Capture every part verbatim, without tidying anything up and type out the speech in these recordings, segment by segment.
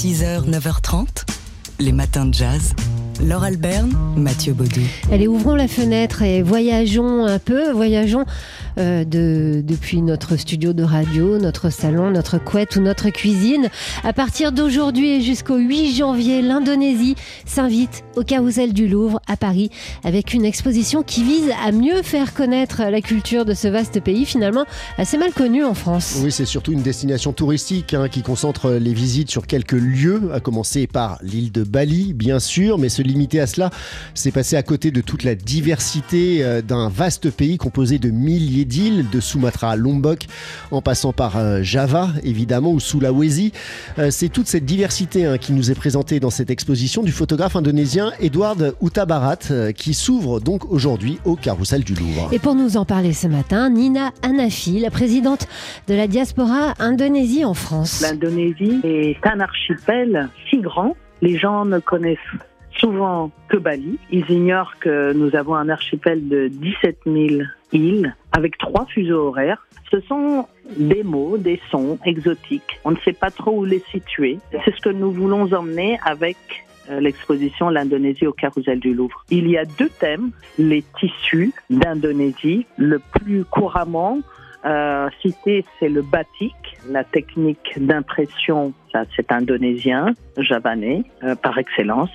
six heures, neuf heures trente, les matins de jazz. Laure Alberne, Mathieu Baudou. Allez, ouvrons la fenêtre et voyageons un peu, voyageons euh, de, depuis notre studio de radio, notre salon, notre couette ou notre cuisine. À partir d'aujourd'hui et jusqu'au huit janvier, l'Indonésie s'invite au Carrousel du Louvre à Paris avec une exposition qui vise à mieux faire connaître la culture de ce vaste pays, finalement assez mal connu en France. Oui, c'est surtout une destination touristique hein, qui concentre les visites sur quelques lieux, à commencer par l'île de Bali, bien sûr, mais se limiter à cela, c'est passer à côté de toute la diversité d'un vaste pays composé de milliers d'îles, de Sumatra à Lombok, en passant par Java, évidemment, ou Sulawesi. C'est toute cette diversité hein, qui nous est présentée dans cette exposition du photographe indonésien Edward Huta Barat, qui s'ouvre donc aujourd'hui au Carrousel du Louvre. Et pour nous en parler ce matin, Nina Hanafi, la présidente de la diaspora Indonésie en France. L'Indonésie est un archipel si grand, les gens ne connaissent souvent que Bali. Ils ignorent que nous avons un archipel de dix-sept mille îles avec trois fuseaux horaires. Ce sont des mots, des sons exotiques. On ne sait pas trop où les situer. C'est ce que nous voulons emmener avec l'exposition L'Indonésie au Carrousel du Louvre. Il y a deux thèmes, les tissus d'Indonésie. Le plus couramment euh, cité, c'est le batik, la technique d'impression, ça c'est indonésien, javanais euh, par excellence.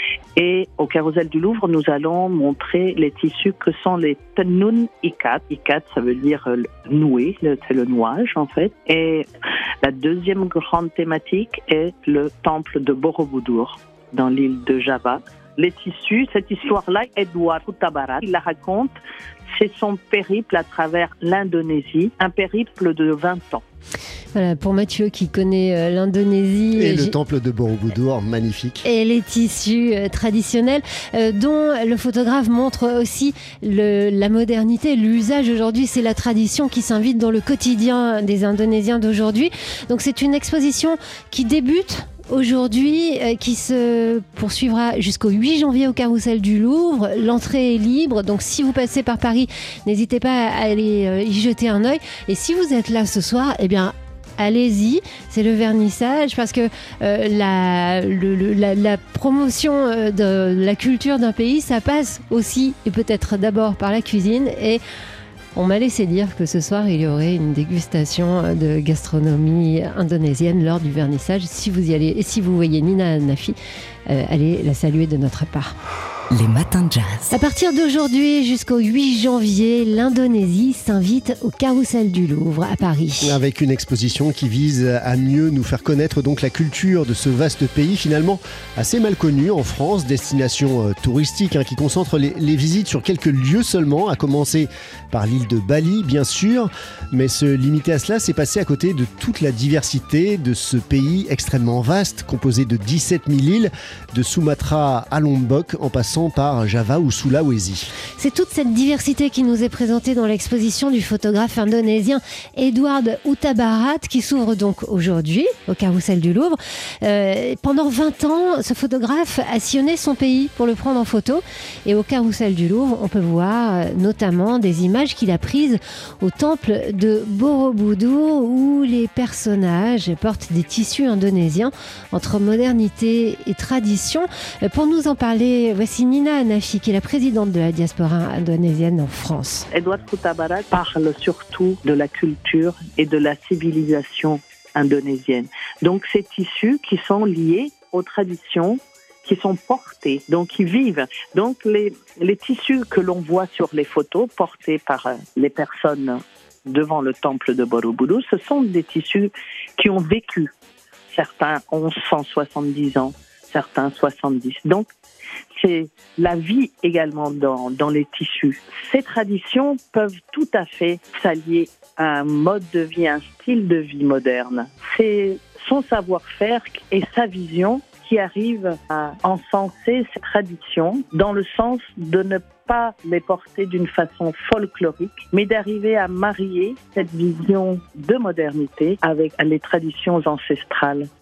Et au Carrousel du Louvre, nous allons montrer les tissus que sont les tenun ikat. Ikat, ça veut dire nouer, c'est le nouage en fait. Et la deuxième grande thématique est le temple de Borobudur, dans l'île de Java. Les tissus, cette histoire-là, Edward Huta Barat, il la raconte, c'est son périple à travers l'Indonésie, un périple de vingt ans. Voilà, pour Mathieu qui connaît euh, l'Indonésie. Et, et le j'ai... temple de Borobudur, magnifique. Et les tissus euh, traditionnels, euh, dont le photographe montre aussi le, la modernité, l'usage aujourd'hui. C'est la tradition qui s'invite dans le quotidien des Indonésiens d'aujourd'hui. Donc c'est une exposition qui débute aujourd'hui, euh, qui se poursuivra jusqu'au huit janvier au Carrousel du Louvre. L'entrée est libre, donc si vous passez par Paris, n'hésitez pas à aller euh, y jeter un œil. Et si vous êtes là ce soir, eh bien, allez-y, c'est le vernissage parce que euh, la, le, le, la, la promotion de la culture d'un pays, ça passe aussi et peut-être d'abord par la cuisine. Et on m'a laissé dire que ce soir, il y aurait une dégustation de gastronomie indonésienne lors du vernissage. Si vous y allez et si vous voyez Nina Hanafi, euh, allez la saluer de notre part. Les matins de jazz. À partir d'aujourd'hui jusqu'au huit janvier, l'Indonésie s'invite au Carrousel du Louvre à Paris. Avec une exposition qui vise à mieux nous faire connaître donc la culture de ce vaste pays finalement assez mal connu en France, destination euh, touristique hein, qui concentre les, les visites sur quelques lieux seulement, à commencer par l'île de Bali bien sûr, mais se limiter à cela, c'est passer à côté de toute la diversité de ce pays extrêmement vaste, composé de dix-sept mille îles, de Sumatra à Lombok en passant par Java ou Sulawesi. C'est toute cette diversité qui nous est présentée dans l'exposition du photographe indonésien Edward Huta Barat qui s'ouvre donc aujourd'hui au Carrousel du Louvre. Euh, pendant vingt ans, ce photographe a sillonné son pays pour le prendre en photo et au Carrousel du Louvre, on peut voir notamment des images qu'il a prises au temple de Borobudur où les personnages portent des tissus indonésiens entre modernité et tradition. Pour nous en parler, voici Nina Hanafi, qui est la présidente de la diaspora indonésienne en France. Edward Huta Barat parle surtout de la culture et de la civilisation indonésienne. Donc ces tissus qui sont liés aux traditions, qui sont portés, donc qui vivent. Donc les, les tissus que l'on voit sur les photos portés par les personnes devant le temple de Borobudur, ce sont des tissus qui ont vécu. Certains ont cent soixante-dix ans, certains soixante-dix. Donc c'est la vie également dans, dans les tissus. Ces traditions peuvent tout à fait s'allier à un mode de vie, un style de vie moderne. C'est son savoir-faire et sa vision qui arrivent à encenser ces traditions dans le sens de ne pas les porter d'une façon folklorique, mais d'arriver à marier cette vision de modernité avec les traditions ancestrales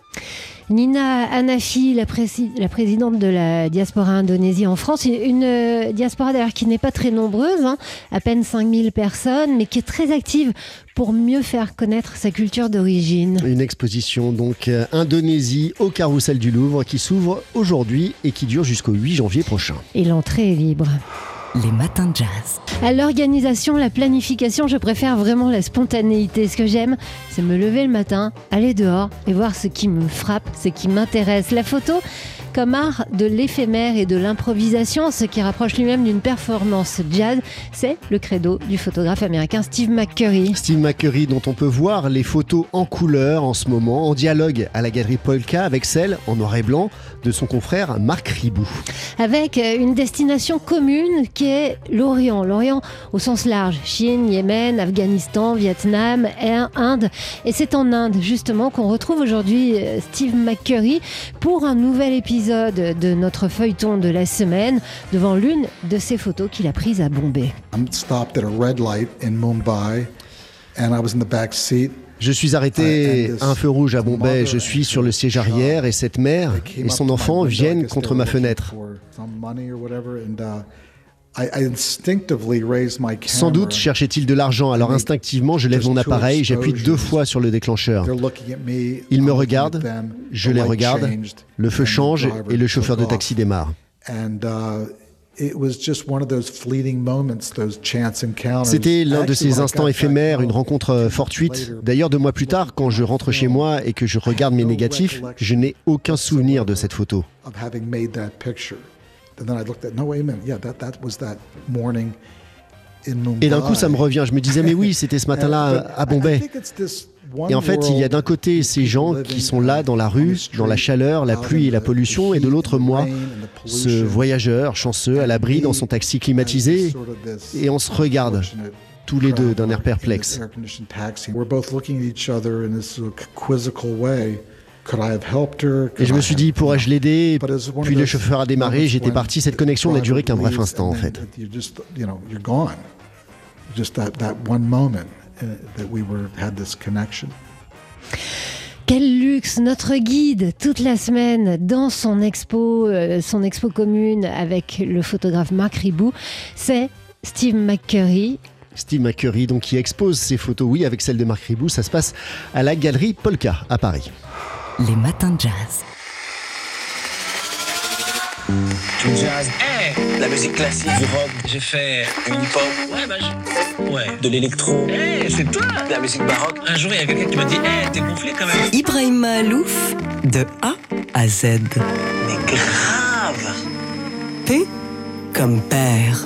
Nina Hanafi, la, prési- la présidente de la diaspora indonésie en France, une, une euh, diaspora d'ailleurs qui n'est pas très nombreuse, hein, à peine cinq mille personnes, mais qui est très active pour mieux faire connaître sa culture d'origine. Une exposition donc euh, Indonésie au Carrousel du Louvre qui s'ouvre aujourd'hui et qui dure jusqu'au huit janvier prochain. Et l'entrée est libre. Les matins de jazz. À l'organisation, la planification, je préfère vraiment la spontanéité. Ce que j'aime, c'est me lever le matin, aller dehors et voir ce qui me frappe, ce qui m'intéresse. La photo comme art de l'éphémère et de l'improvisation, ce qui rapproche lui-même d'une performance jazz, c'est le credo du photographe américain Steve McCurry. Steve McCurry dont on peut voir les photos en couleur en ce moment, en dialogue à la galerie Polka avec celle en noir et blanc de son confrère Marc Ribou. Avec une destination commune qui est l'Orient. L'Orient au sens large, Chine, Yémen, Afghanistan, Vietnam, Inde. Et c'est en Inde justement qu'on retrouve aujourd'hui Steve McCurry pour un nouvel épisode de notre feuilleton de la semaine devant l'une de ses photos qu'il a prises à Bombay. I'm stopped at a red light in Mumbai and I was in the back seat. Je suis arrêté à un feu rouge à Bombay, je suis sur le siège arrière et cette mère et son enfant viennent contre ma fenêtre. Sans doute cherchait-il de l'argent, alors instinctivement je lève mon appareil, j'appuie deux fois sur le déclencheur. Ils me regardent, je les regarde, le feu change et le chauffeur de taxi démarre. C'était l'un de ces instants éphémères, une rencontre fortuite. D'ailleurs, deux mois plus tard, quand je rentre chez moi et que je regarde mes négatifs, je n'ai aucun souvenir de cette photo. Et d'un coup, ça me revient. Je me disais, mais oui, c'était ce matin-là à Bombay. Et en fait, il y a d'un côté ces gens qui sont là dans la rue, dans la chaleur, la pluie et la pollution, et de l'autre moi, ce voyageur chanceux à l'abri dans son taxi climatisé, et on se regarde tous les deux d'un air perplexe. Et je me suis dit, pourrais-je l'aider? Puis le chauffeur a démarré, j'étais parti. Cette connexion n'a duré qu'un bref instant en fait. Quel luxe, notre guide toute la semaine dans son expo, euh, son expo commune avec le photographe Marc Ribou, c'est Steve McCurry. Steve McCurry donc, qui expose ses photos, oui, avec celle de Marc Ribou. Ça se passe à la galerie Polka à Paris. Les matins de jazz. Du jazz, hey, la musique classique, du rock, j'ai fait une hip-hop, ouais, bah, je... ouais, de l'électro, hey, c'est toi, de la musique baroque. Un jour, il y a quelqu'un qui m'a dit, hey, t'es gonflé quand même. Ibrahim Mahalouf, de A à Z. Mais grave. P comme père.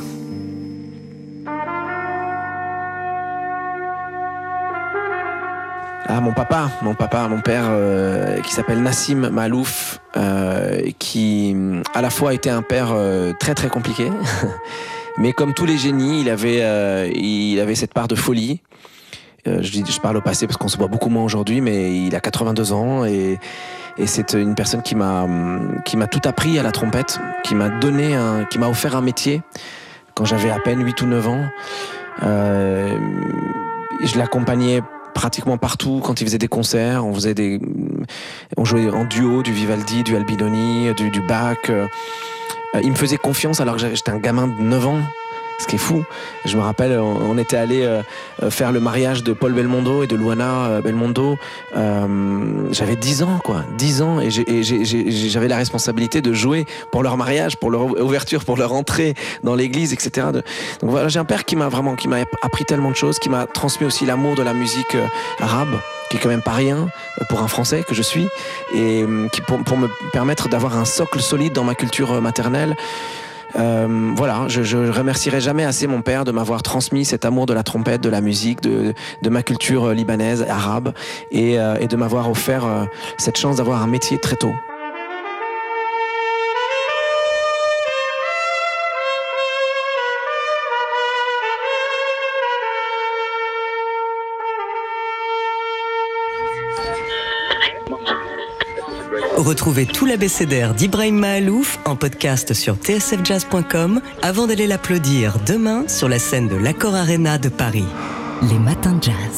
Ah, mon papa, mon papa, mon père, euh, qui s'appelle Nassim Mahalouf, euh, qui à la fois était un père euh, très très compliqué, mais comme tous les génies, il avait, euh, il avait cette part de folie. Euh, je, dis, je parle au passé parce qu'on se voit beaucoup moins aujourd'hui, mais il a quatre-vingt-deux ans et, et c'est une personne qui m'a, qui m'a tout appris à la trompette, qui m'a donné, un, qui m'a offert un métier quand j'avais à peine huit ou neuf ans. Euh, je l'accompagnais pratiquement partout quand il faisait des concerts, on faisait des, on jouait en duo du Vivaldi, du Albinoni, du, du Bach. Euh, il me faisait confiance alors que j'étais un gamin de neuf ans. Ce qui est fou. Je me rappelle, on était allé euh, faire le mariage de Paul Belmondo et de Luana euh, Belmondo. Euh, j'avais dix ans, quoi. dix ans. Et, j'ai, et j'ai, j'ai, j'avais la responsabilité de jouer pour leur mariage, pour leur ouverture, pour leur entrée dans l'église, et cetera. Donc voilà, j'ai un père qui m'a vraiment, qui m'a appris tellement de choses, qui m'a transmis aussi l'amour de la musique euh, arabe, qui est quand même pas rien pour un Français que je suis, et qui pour, pour me permettre d'avoir un socle solide dans ma culture maternelle. Euh, voilà, je, je remercierai jamais assez mon père de m'avoir transmis cet amour de la trompette, de la musique, de, de ma culture libanaise, arabe, et, euh, et de m'avoir offert euh, cette chance d'avoir un métier très tôt. Retrouvez tout l'abécédaire d'Ibrahim Mahalouf en podcast sur t s f jazz point com avant d'aller l'applaudir demain sur la scène de l'Accor Arena de Paris. Les matins de jazz.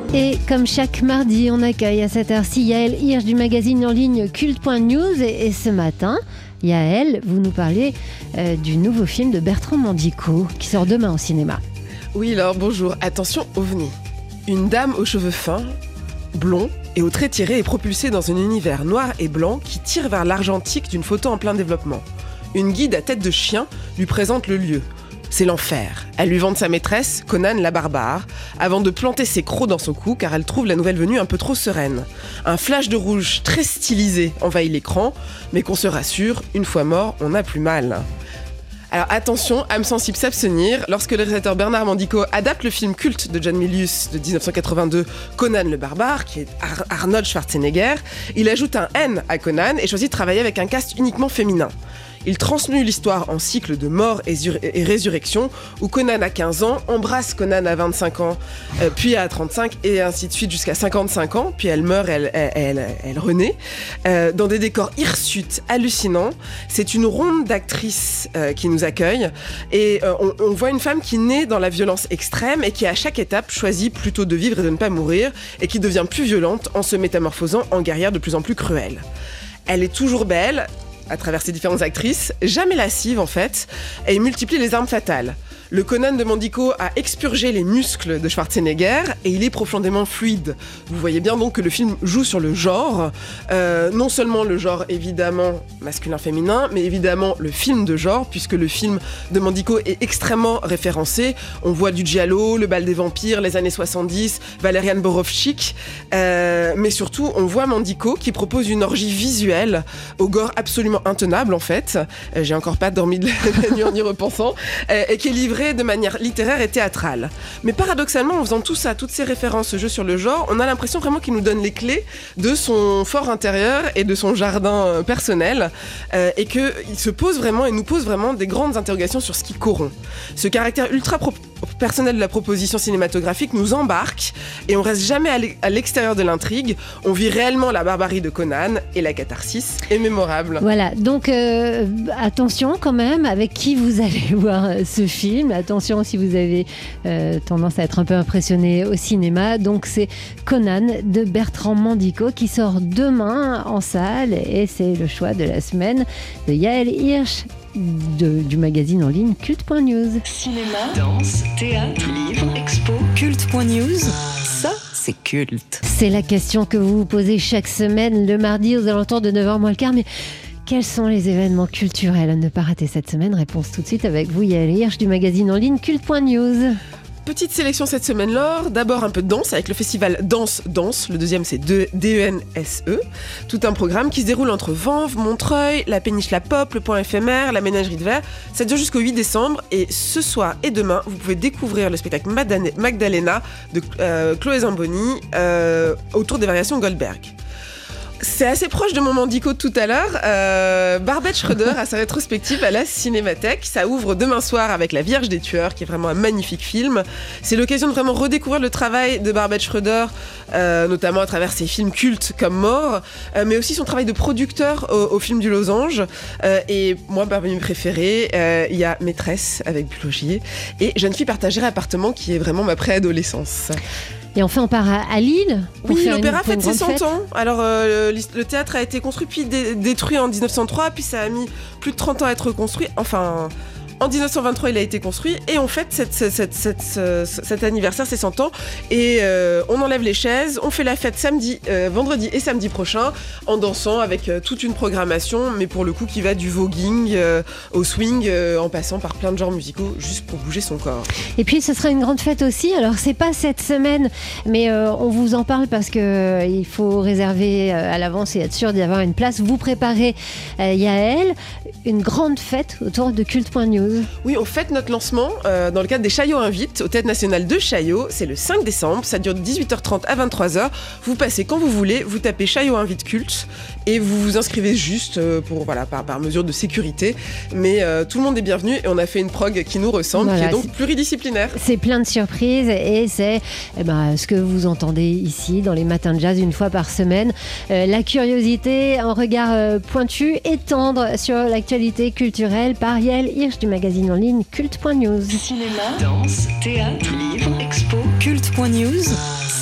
Et comme chaque mardi, on accueille à cette heure-ci Yaël Hirsch du magazine en ligne culte point news. Et, et ce matin, Yaël, vous nous parlez euh, du nouveau film de Bertrand Mandico qui sort demain au cinéma. Oui, alors bonjour. Attention, ovni. Une dame aux cheveux fins, blonds et aux traits tirés est propulsée dans un univers noir et blanc qui tire vers l'argentique d'une photo en plein développement. Une guide à tête de chien lui présente le lieu. C'est l'enfer. Elle lui vante sa maîtresse, Conan la barbare, avant de planter ses crocs dans son cou car elle trouve la nouvelle venue un peu trop sereine. Un flash de rouge très stylisé envahit l'écran, mais qu'on se rassure, une fois mort, on n'a plus mal. Alors attention, âme sensible s'abstenir, lorsque le réalisateur Bernard Mandico adapte le film culte de John Milius de dix-neuf cent quatre-vingt-deux, Conan le barbare, qui est Ar- Arnold Schwarzenegger, il ajoute un N à Conan et choisit de travailler avec un cast uniquement féminin. Il transmue l'histoire en cycle de mort et, zur- et résurrection, où Conan a quinze ans, embrasse Conan à vingt-cinq ans, euh, puis à trente-cinq, et ainsi de suite jusqu'à cinquante-cinq ans, puis elle meurt, elle, elle, elle, elle renaît, euh, dans des décors hirsutes hallucinants. C'est une ronde d'actrices euh, qui nous accueille, et euh, on, on voit une femme qui naît dans la violence extrême, et qui à chaque étape choisit plutôt de vivre et de ne pas mourir, et qui devient plus violente en se métamorphosant en guerrière de plus en plus cruelle. Elle est toujours belle, à travers ses différentes actrices, jamais lascive en fait, et il multiplie les armes fatales. Le Conan de Mandico a expurgé les muscles de Schwarzenegger et il est profondément fluide. Vous voyez bien donc que le film joue sur le genre, euh, non seulement le genre évidemment masculin-féminin, mais évidemment le film de genre, puisque le film de Mandico est extrêmement référencé. On voit du giallo, le bal des vampires, les années soixante-dix, Valerian Borowczyk, euh, mais surtout on voit Mandico qui propose une orgie visuelle au gore absolument intenable en fait. Euh, j'ai encore pas dormi de la nuit en y repensant, euh, et qui est livré de manière littéraire et théâtrale. Mais paradoxalement, en faisant tout ça, toutes ces références, ce jeu sur le genre, on a l'impression vraiment qu'il nous donne les clés de son fort intérieur et de son jardin personnel, euh, et qu'il se pose vraiment et nous pose vraiment des grandes interrogations sur ce qui corrompt. Ce caractère ultra pro- personnel de la proposition cinématographique nous embarque et on reste jamais à, l'e- à l'extérieur de l'intrigue. On vit réellement la barbarie de Conan et la catharsis est mémorable. Voilà, donc euh, attention quand même avec qui vous allez voir ce film. Attention si vous avez euh, tendance à être un peu impressionné au cinéma. Donc c'est Conan de Bertrand Mandico qui sort demain en salle et c'est le choix de la semaine de Yaël Hirsch de, du magazine en ligne culte point news. Cinéma, danse, théâtre, livre, expo, culte point news, ça c'est culte. C'est la question que vous vous posez chaque semaine le mardi aux alentours de neuf heures moins le quart, mais quels sont les événements culturels à ne pas rater cette semaine? Réponse tout de suite avec vous, Yaël Hirsch du magazine en ligne culte point news. Petite sélection cette semaine, Laure. D'abord un peu de danse avec le festival Danse Danse. Le deuxième c'est D E N S E. Tout un programme qui se déroule entre Vanves, Montreuil, la péniche La Pop, le Point éphémère, la Ménagerie de Verre. Ça dure jusqu'au huit décembre et ce soir et demain, vous pouvez découvrir le spectacle Madane- Magdalena de euh, Chloé Zamboni euh, autour des variations Goldberg. C'est assez proche de mon Mandico de tout à l'heure. Euh, Barbet Schroeder a sa rétrospective à la Cinémathèque. Ça ouvre demain soir avec La Vierge des Tueurs, qui est vraiment un magnifique film. C'est l'occasion de vraiment redécouvrir le travail de Barbet Schroeder, euh, notamment à travers ses films cultes comme Mort, euh, mais aussi son travail de producteur au, au film du Losange. Euh, et moi, parmi mes préférés, euh, il y a Maîtresse avec Bulogier et Jeune fille partagée appartement, qui est vraiment ma préadolescence. Et enfin, on part à, à Lille. Pour Oui, faire l'opéra une, fête ses grande cent ans. Alors, euh, le, le théâtre a été construit puis dé- détruit en dix-neuf cent trois, puis ça a mis plus de trente ans à être reconstruit. Enfin, en dix-neuf cent vingt-trois, il a été construit et on fête cette, cette, cette, cette, cette, cet anniversaire, ses cent ans. Et euh, on enlève les chaises, on fait la fête samedi, euh, vendredi et samedi prochain en dansant avec euh, toute une programmation, mais pour le coup qui va du voguing euh, au swing, euh, en passant par plein de genres musicaux, juste pour bouger son corps. Et puis ce sera une grande fête aussi. Alors c'est pas cette semaine, mais euh, on vous en parle parce que euh, il faut réserver euh, à l'avance et être sûr d'y avoir une place. Vous préparez, euh, Yaël, une grande fête autour de culte point news. Oui, on fête notre lancement euh, dans le cadre des Chaillot Invites au Théâtre National de Chaillot. C'est le cinq décembre, ça dure de dix-huit heures trente à vingt-trois heures. Vous passez quand vous voulez, vous tapez Chaillot Invite Culte et vous vous inscrivez juste euh, pour, voilà, par, par mesure de sécurité. Mais euh, tout le monde est bienvenu et on a fait une prog qui nous ressemble, Voilà, qui est donc c'est... pluridisciplinaire. C'est plein de surprises et c'est eh ben, ce que vous entendez ici dans les matins de jazz une fois par semaine. Euh, la curiosité, un regard euh, pointu et tendre sur l'actualité culturelle par Yaël Hirsch du magazine en ligne culte point news. Cinéma, danse, théâtre, livre, expo, culte point news, ça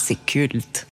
c'est culte.